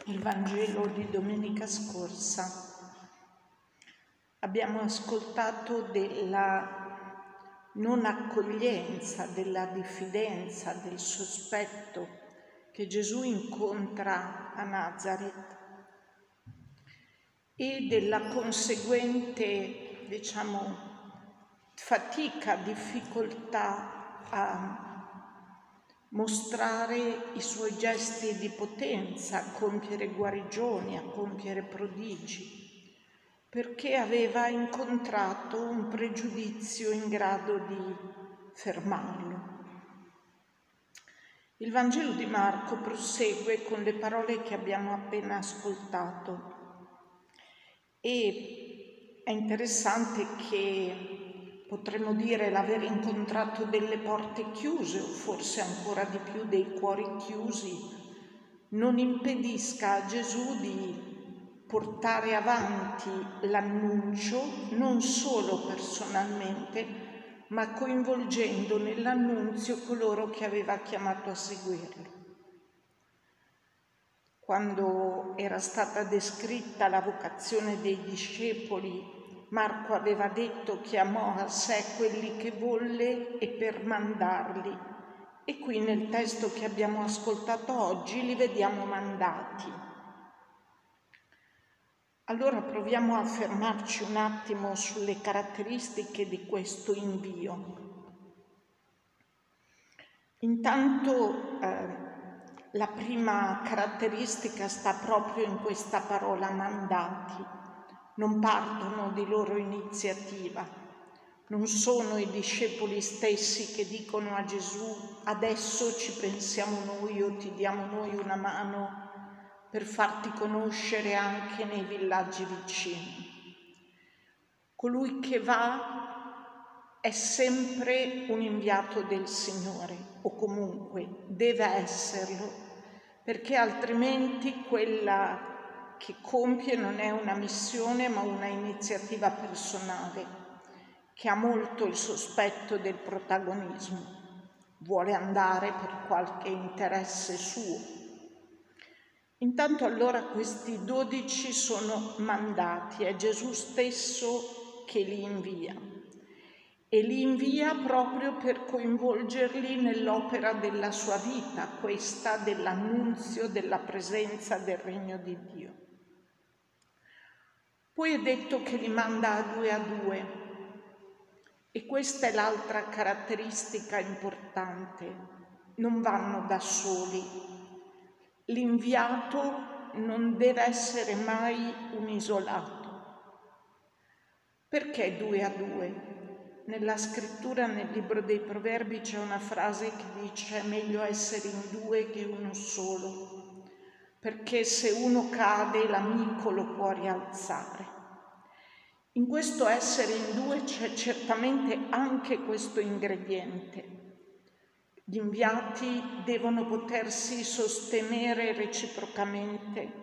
Il Vangelo di domenica scorsa. Abbiamo ascoltato della non accoglienza, della diffidenza, del sospetto che Gesù incontra a Nazareth e della conseguente, fatica, difficoltà a mostrare i suoi gesti di potenza, a compiere guarigioni, a compiere prodigi, perché aveva incontrato un pregiudizio in grado di fermarlo. Il Vangelo di Marco prosegue con le parole che abbiamo appena ascoltato e è interessante che potremmo dire l'aver incontrato delle porte chiuse o forse ancora di più dei cuori chiusi non impedisca a Gesù di portare avanti l'annuncio non solo personalmente ma coinvolgendo nell'annunzio coloro che aveva chiamato a seguirlo. Quando era stata descritta la vocazione dei discepoli, Marco aveva detto che chiamò a sé quelli che volle e per mandarli. E qui nel testo che abbiamo ascoltato oggi li vediamo mandati. Allora proviamo a fermarci un attimo sulle caratteristiche di questo invio. Intanto la prima caratteristica sta proprio in questa parola mandati. Non partono di loro iniziativa, non sono i discepoli stessi che dicono a Gesù adesso ci pensiamo noi o ti diamo noi una mano per farti conoscere anche nei villaggi vicini. Colui che va è sempre un inviato del Signore, o comunque deve esserlo, perché altrimenti quella che compie non è una missione ma una iniziativa personale, che ha molto il sospetto del protagonismo, vuole andare per qualche interesse suo. Intanto allora questi 12 sono mandati, è Gesù stesso che li invia e li invia proprio per coinvolgerli nell'opera della sua vita, questa dell'annunzio della presenza del regno di Dio. Poi è detto che li manda a due e questa è l'altra caratteristica importante, non vanno da soli. L'inviato non deve essere mai un isolato. Perché 2 a 2? Nella scrittura, nel libro dei Proverbi, c'è una frase che dice: è meglio essere in 2 che uno solo, perché se uno cade l'amico lo può rialzare. In questo essere in 2 c'è certamente anche questo ingrediente. Gli inviati devono potersi sostenere reciprocamente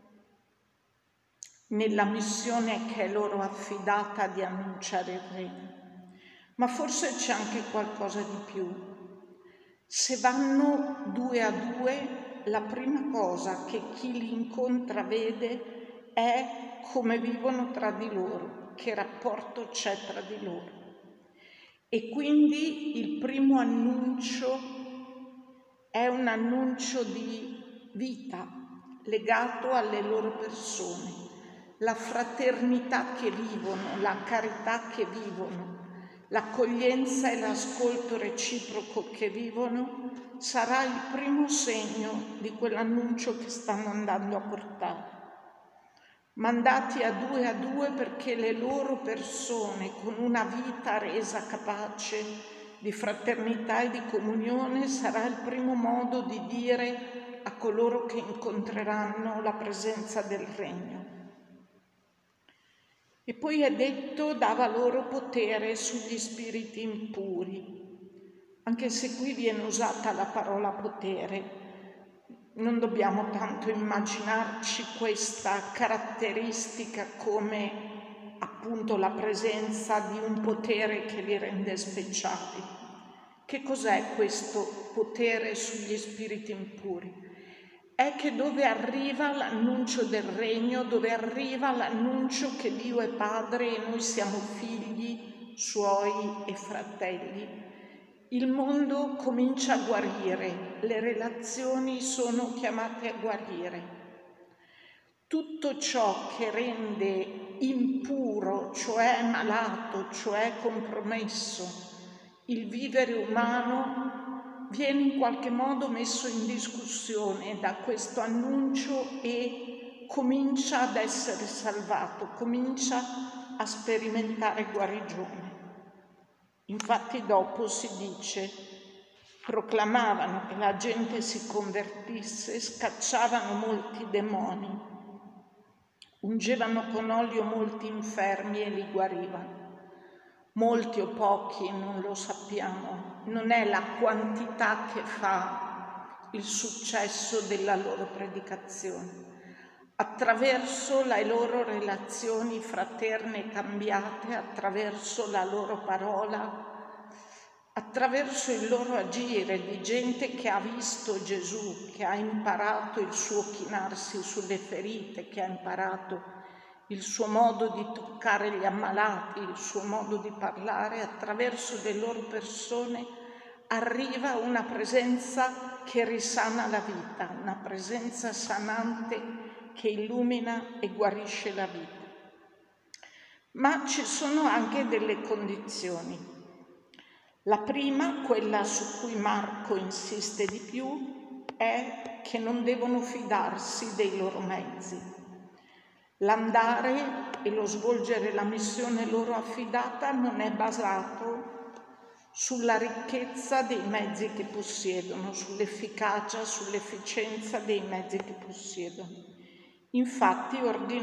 nella missione che è loro affidata di annunciare il regno. Ma forse c'è anche qualcosa di più. Se vanno 2 a 2, la prima cosa che chi li incontra vede è come vivono tra di loro, che rapporto c'è tra di loro. E quindi il primo annuncio è un annuncio di vita legato alle loro persone, la fraternità che vivono, la carità che vivono, l'accoglienza e l'ascolto reciproco che vivono sarà il primo segno di quell'annuncio che stanno andando a portare. Mandati a 2 perché le loro persone, con una vita resa capace di fraternità e di comunione, sarà il primo modo di dire a coloro che incontreranno la presenza del regno. E poi è detto dava loro potere sugli spiriti impuri, anche se qui viene usata la parola potere. Non dobbiamo tanto immaginarci questa caratteristica come appunto la presenza di un potere che li rende speciali. Che cos'è questo potere sugli spiriti impuri? è che dove arriva l'annuncio del regno, dove arriva l'annuncio che Dio è Padre e noi siamo figli suoi e fratelli, il mondo comincia a guarire, le relazioni sono chiamate a guarire. Tutto ciò che rende impuro, cioè malato, cioè compromesso, il vivere umano viene in qualche modo messo in discussione da questo annuncio e comincia ad essere salvato, comincia a sperimentare guarigione. Infatti dopo si dice, proclamavano che la gente si convertisse, scacciavano molti demoni, ungevano con olio molti infermi e li guarivano. Molti o pochi non lo sappiamo, non è la quantità che fa il successo della loro predicazione. Attraverso le loro relazioni fraterne cambiate, attraverso la loro parola, attraverso il loro agire di gente che ha visto Gesù, che ha imparato il suo chinarsi sulle ferite, che ha imparato il suo modo di toccare gli ammalati, il suo modo di parlare, attraverso le loro persone arriva una presenza che risana la vita, una presenza sanante che illumina e guarisce la vita. Ma ci sono anche delle condizioni. La prima, quella su cui Marco insiste di più, è che non devono fidarsi dei loro mezzi. L'andare e lo svolgere la missione loro affidata non è basato sulla ricchezza dei mezzi che possiedono, sull'efficacia, sull'efficienza dei mezzi che possiedono. Infatti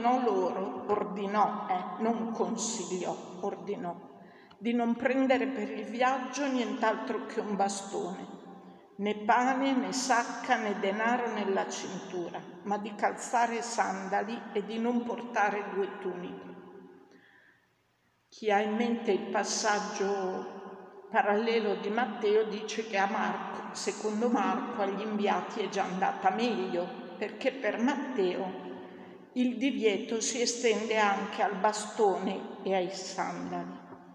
non consigliò, ordinò di non prendere per il viaggio nient'altro che un bastone, né pane, né sacca, né denaro nella cintura, ma di calzare sandali e di non portare 2 tuniche. Chi ha in mente il passaggio parallelo di Matteo dice che secondo Marco agli inviati è già andata meglio, perché per Matteo il divieto si estende anche al bastone e ai sandali.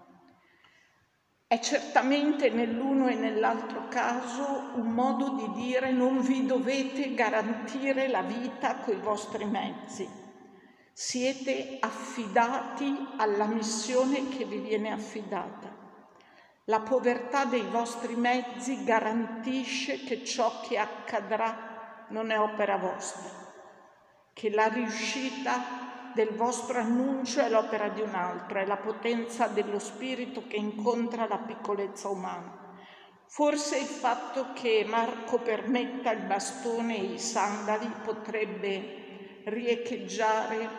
È certamente nell'uno e nell'altro caso un modo di dire non vi dovete garantire la vita coi vostri mezzi. Siete affidati alla missione che vi viene affidata. La povertà dei vostri mezzi garantisce che ciò che accadrà non è opera vostra, che la riuscita del vostro annuncio è l'opera di un altro, è la potenza dello spirito che incontra la piccolezza umana. Forse il fatto che Marco permetta il bastone e i sandali potrebbe riecheggiare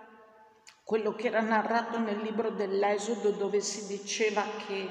quello che era narrato nel libro dell'Esodo, dove si diceva che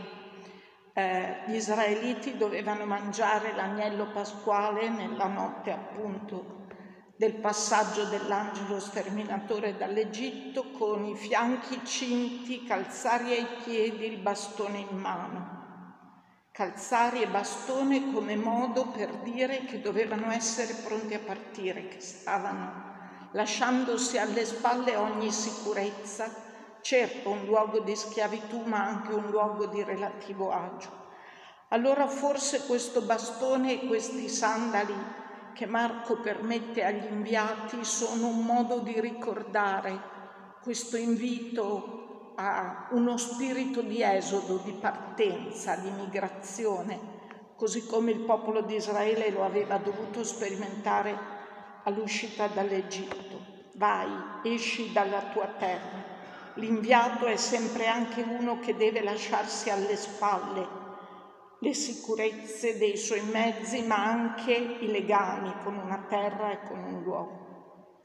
gli israeliti dovevano mangiare l'agnello pasquale nella notte appunto del passaggio dell'angelo sterminatore dall'Egitto, con i fianchi cinti, calzari ai piedi, il bastone in mano. Calzari e bastone come modo per dire che dovevano essere pronti a partire, che stavano lasciandosi alle spalle ogni sicurezza, certo un luogo di schiavitù ma anche un luogo di relativo agio. Allora forse questo bastone e questi sandali che Marco permette agli inviati sono un modo di ricordare questo invito a uno spirito di esodo, di partenza, di migrazione, così come il popolo di Israele lo aveva dovuto sperimentare all'uscita dall'Egitto. Vai, esci dalla tua terra. L'inviato è sempre anche uno che deve lasciarsi alle spalle le sicurezze dei suoi mezzi, ma anche i legami con una terra e con un luogo.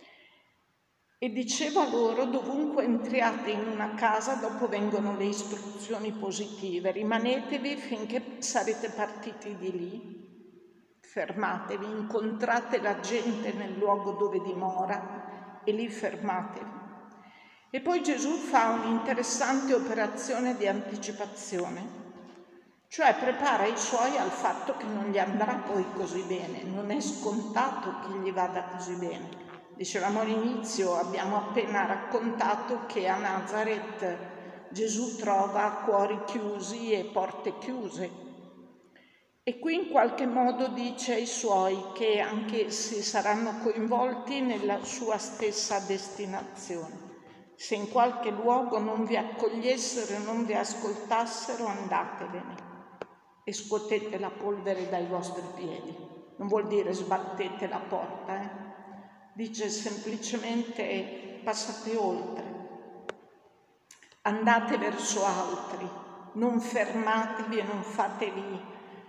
E diceva loro: dovunque entriate in una casa, dopo vengono le istruzioni positive, rimanetevi finché sarete partiti di lì, fermatevi, incontrate la gente nel luogo dove dimora e lì fermatevi. E poi Gesù fa un'interessante operazione di anticipazione. Cioè prepara i suoi al fatto che non gli andrà poi così bene, non è scontato che gli vada così bene. Dicevamo all'inizio, abbiamo appena raccontato che a Nazareth Gesù trova cuori chiusi e porte chiuse. E qui in qualche modo dice ai suoi che anche se saranno coinvolti nella sua stessa destinazione, se in qualche luogo non vi accogliessero e non vi ascoltassero, andatevene e scuotete la polvere dai vostri piedi. Non vuol dire sbattete la porta, dice semplicemente passate oltre, andate verso altri, non fermatevi e non fatevi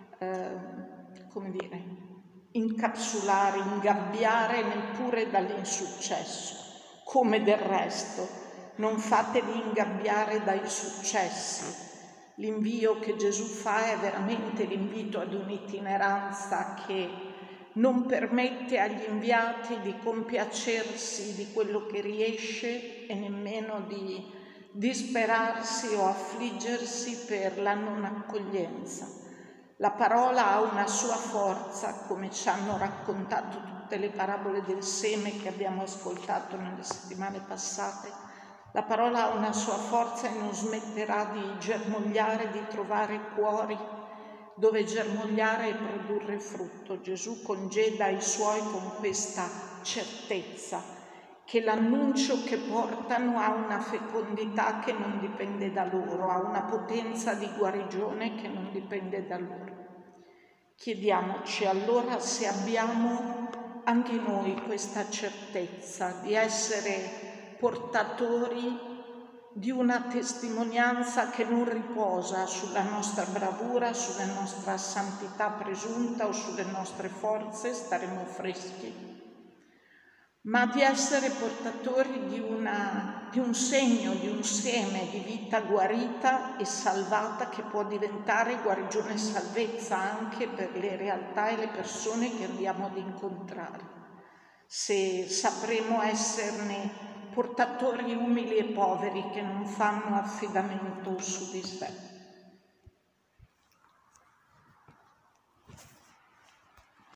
incapsulare, ingabbiare neppure dall'insuccesso. Come del resto, non fatevi ingabbiare dai successi. L'invio che Gesù fa è veramente l'invito ad un'itineranza che non permette agli inviati di compiacersi di quello che riesce e nemmeno di disperarsi o affliggersi per la non accoglienza. La parola ha una sua forza, come ci hanno raccontato tutte le parabole del seme che abbiamo ascoltato nelle settimane passate. La parola ha una sua forza e non smetterà di germogliare, di trovare cuori dove germogliare e produrre frutto. Gesù congeda i suoi con questa certezza che l'annuncio che portano ha una fecondità che non dipende da loro, ha una potenza di guarigione che non dipende da loro. Chiediamoci allora se abbiamo anche noi questa certezza di essere portatori di una testimonianza che non riposa sulla nostra bravura, sulla nostra santità presunta o sulle nostre forze, staremo freschi, ma di essere portatori di un segno, di un seme di vita guarita e salvata che può diventare guarigione e salvezza anche per le realtà e le persone che andiamo ad incontrare. Se sapremo esserne portatori umili e poveri che non fanno affidamento su di sé.